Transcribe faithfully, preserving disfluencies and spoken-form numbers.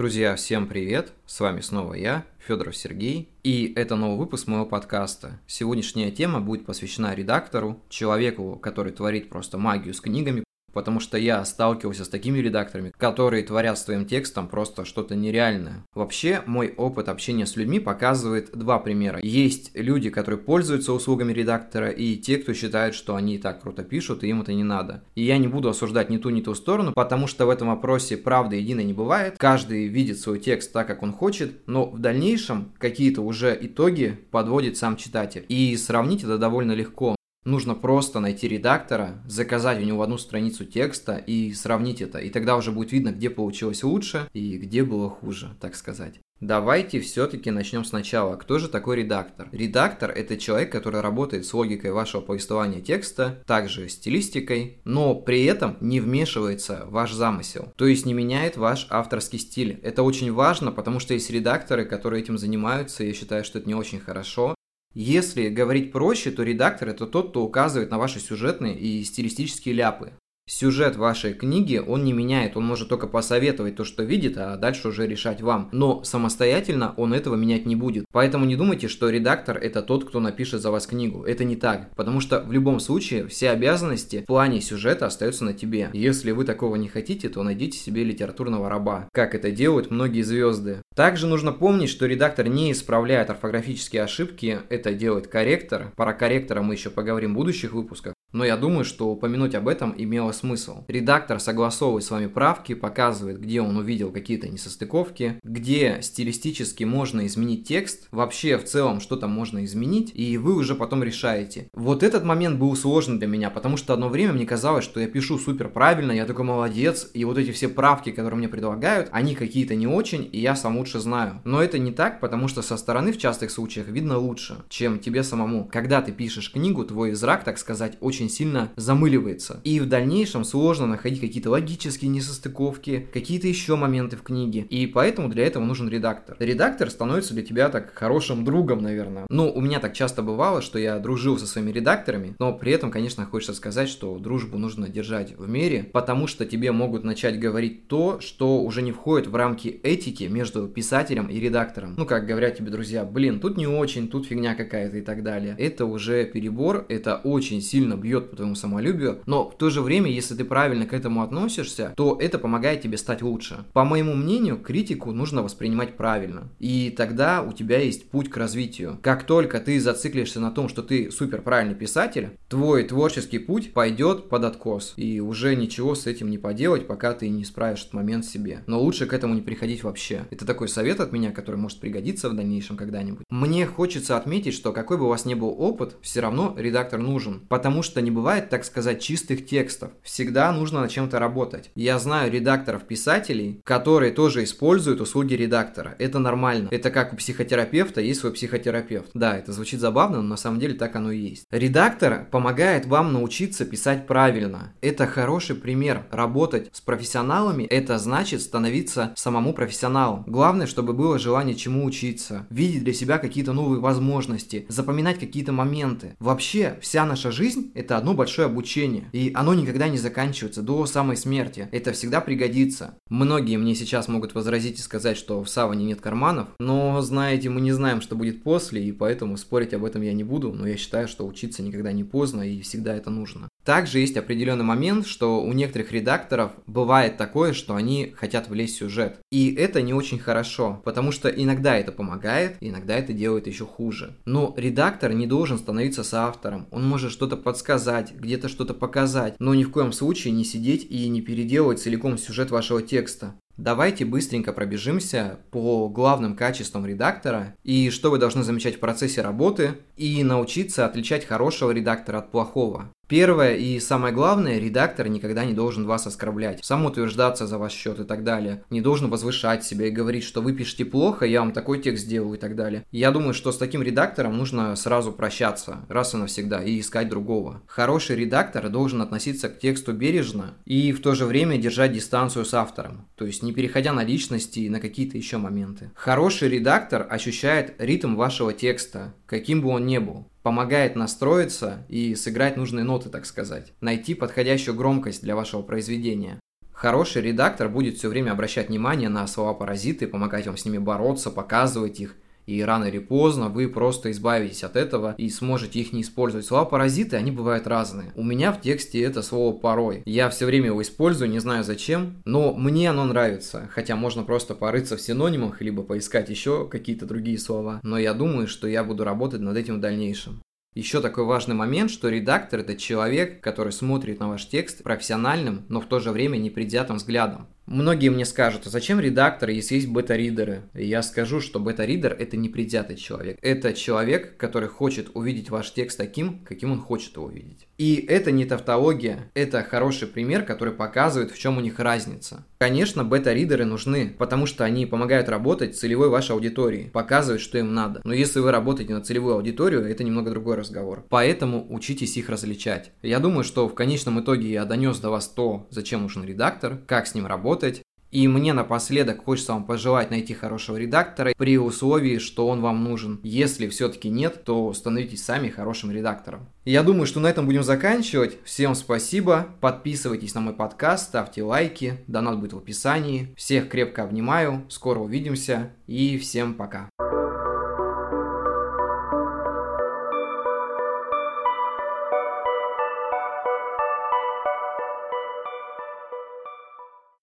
Друзья, всем привет! С вами снова я, Федоров Сергей, и это новый выпуск моего подкаста. Сегодняшняя тема будет посвящена редактору, человеку, который творит просто магию с книгами, потому что я сталкивался с такими редакторами, которые творят с твоим текстом просто что-то нереальное. Вообще, мой опыт общения с людьми показывает два примера. Есть люди, которые пользуются услугами редактора, и те, кто считает, что они и так круто пишут, и им это не надо. И я не буду осуждать ни ту, ни ту сторону, потому что в этом вопросе правды единой не бывает. Каждый видит свой текст так, как он хочет, но в дальнейшем какие-то уже итоги подводит сам читатель. И сравнить это довольно легко. Нужно просто найти редактора, заказать у него одну страницу текста и сравнить это. И тогда уже будет видно, где получилось лучше и где было хуже, так сказать. Давайте все-таки начнем сначала. Кто же такой редактор? Редактор – это человек, который работает с логикой вашего повествования текста, также стилистикой, но при этом не вмешивается в ваш замысел, то есть не меняет ваш авторский стиль. Это очень важно, потому что есть редакторы, которые этим занимаются, и я считаю, что это не очень хорошо. Если говорить проще, то редактор – это тот, кто указывает на ваши сюжетные и стилистические ляпы. Сюжет вашей книги он не меняет, он может только посоветовать то, что видит, а дальше уже решать вам. Но самостоятельно он этого менять не будет. Поэтому не думайте, что редактор это тот, кто напишет за вас книгу. Это не так, потому что в любом случае все обязанности в плане сюжета остаются на тебе. Если вы такого не хотите, то найдите себе литературного раба, как это делают многие звезды. Также нужно помнить, что редактор не исправляет орфографические ошибки, это делает корректор. Про корректора мы еще поговорим в будущих выпусках. Но я думаю, что упомянуть об этом имело смысл. Редактор согласовывает с вами правки, показывает, где он увидел какие-то несостыковки, где стилистически можно изменить текст, вообще в целом что там можно изменить, и вы уже потом решаете. Вот этот момент был сложный для меня, потому что одно время мне казалось, что я пишу супер правильно, я такой молодец, и вот эти все правки, которые мне предлагают, они какие-то не очень, и я сам лучше знаю. Но это не так, потому что со стороны в частых случаях видно лучше, чем тебе самому. Когда ты пишешь книгу, твой зрак, так сказать, очень сильно замыливается. И в дальнейшем сложно находить какие-то логические несостыковки, какие-то еще моменты в книге. И поэтому для этого нужен редактор. Редактор становится для тебя так хорошим другом, наверное. Ну, у меня так часто бывало, что я дружил со своими редакторами, но при этом, конечно, хочется сказать, что дружбу нужно держать в мере, потому что тебе могут начать говорить то, что уже не входит в рамки этики между писателем и редактором. Ну, как говорят тебе друзья, блин, тут не очень, тут фигня какая-то и так далее. Это уже перебор, это очень сильно бьет по твоему самолюбию, но в то же время, если ты правильно к этому относишься, то это помогает тебе стать лучше. По моему мнению, критику нужно воспринимать правильно, и тогда у тебя есть путь к развитию. Как только ты зациклишься на том, что ты супер правильный писатель, твой творческий путь пойдет под откос, и уже ничего с этим не поделать, пока ты не исправишь этот момент себе. Но лучше к этому не приходить вообще. Это такой совет от меня, который может пригодиться в дальнейшем когда-нибудь. Мне хочется отметить, что какой бы у вас ни был опыт, все равно редактор нужен, потому что не бывает, так сказать, чистых текстов. Всегда нужно над чем-то работать. Я знаю редакторов-писателей, которые тоже используют услуги редактора. Это нормально. Это как у психотерапевта есть свой психотерапевт. Да, это звучит забавно, но на самом деле так оно и есть. Редактор помогает вам научиться писать правильно. Это хороший пример. Работать с профессионалами – это значит становиться самому профессионалом. Главное, чтобы было желание чему учиться, видеть для себя какие-то новые возможности, запоминать какие-то моменты. Вообще, вся наша жизнь – это одно большое обучение, и оно никогда не заканчивается до самой смерти. Это всегда пригодится. Многие мне сейчас могут возразить и сказать, что в саване нет карманов, но, знаете, мы не знаем, что будет после, и поэтому спорить об этом я не буду, но я считаю, что учиться никогда не поздно, и всегда это нужно. Также есть определенный момент, что у некоторых редакторов бывает такое, что они хотят влезть в сюжет. И это не очень хорошо, потому что иногда это помогает, иногда это делает еще хуже. Но редактор не должен становиться соавтором. Он может что-то подсказать, где-то что-то показать, но ни в коем случае не сидеть и не переделывать целиком сюжет вашего текста. Давайте быстренько пробежимся по главным качествам редактора и что вы должны замечать в процессе работы и научиться отличать хорошего редактора от плохого. Первое и самое главное, редактор никогда не должен вас оскорблять, самоутверждаться за ваш счет и так далее. Не должен возвышать себя и говорить, что вы пишете плохо, я вам такой текст сделаю и так далее. Я думаю, что с таким редактором нужно сразу прощаться, раз и навсегда, и искать другого. Хороший редактор должен относиться к тексту бережно и в то же время держать дистанцию с автором, то есть не переходя на личности и на какие-то еще моменты. Хороший редактор ощущает ритм вашего текста, каким бы он ни был. Помогает настроиться и сыграть нужные ноты, так сказать. Найти подходящую громкость для вашего произведения. Хороший редактор будет все время обращать внимание на слова-паразиты, помогать вам с ними бороться, показывать их. И рано или поздно вы просто избавитесь от этого и сможете их не использовать. Слова-паразиты, они бывают разные. У меня в тексте это слово «порой». Я все время его использую, не знаю зачем, но мне оно нравится. Хотя можно просто порыться в синонимах, либо поискать еще какие-то другие слова. Но я думаю, что я буду работать над этим в дальнейшем. Еще такой важный момент, что редактор – это человек, который смотрит на ваш текст профессиональным, но в то же время непредвзятым взглядом. Многие мне скажут, а зачем редактор, если есть бета-ридеры? И я скажу, что бета-ридер – это непредвзятый человек. Это человек, который хочет увидеть ваш текст таким, каким он хочет его увидеть. И это не тавтология, это хороший пример, который показывает, в чем у них разница. Конечно, бета-ридеры нужны, потому что они помогают работать с целевой вашей аудиторией, показывают, что им надо. Но если вы работаете на целевую аудиторию, это немного другой разговор. Поэтому учитесь их различать. Я думаю, что в конечном итоге я донес до вас то, зачем нужен редактор, как с ним работать. И мне напоследок хочется вам пожелать найти хорошего редактора при условии, что он вам нужен. Если все-таки нет, то становитесь сами хорошим редактором. Я думаю, что на этом будем заканчивать. Всем спасибо. Подписывайтесь на мой подкаст, ставьте лайки. Донат будет в описании. Всех крепко обнимаю. Скоро увидимся. И всем пока.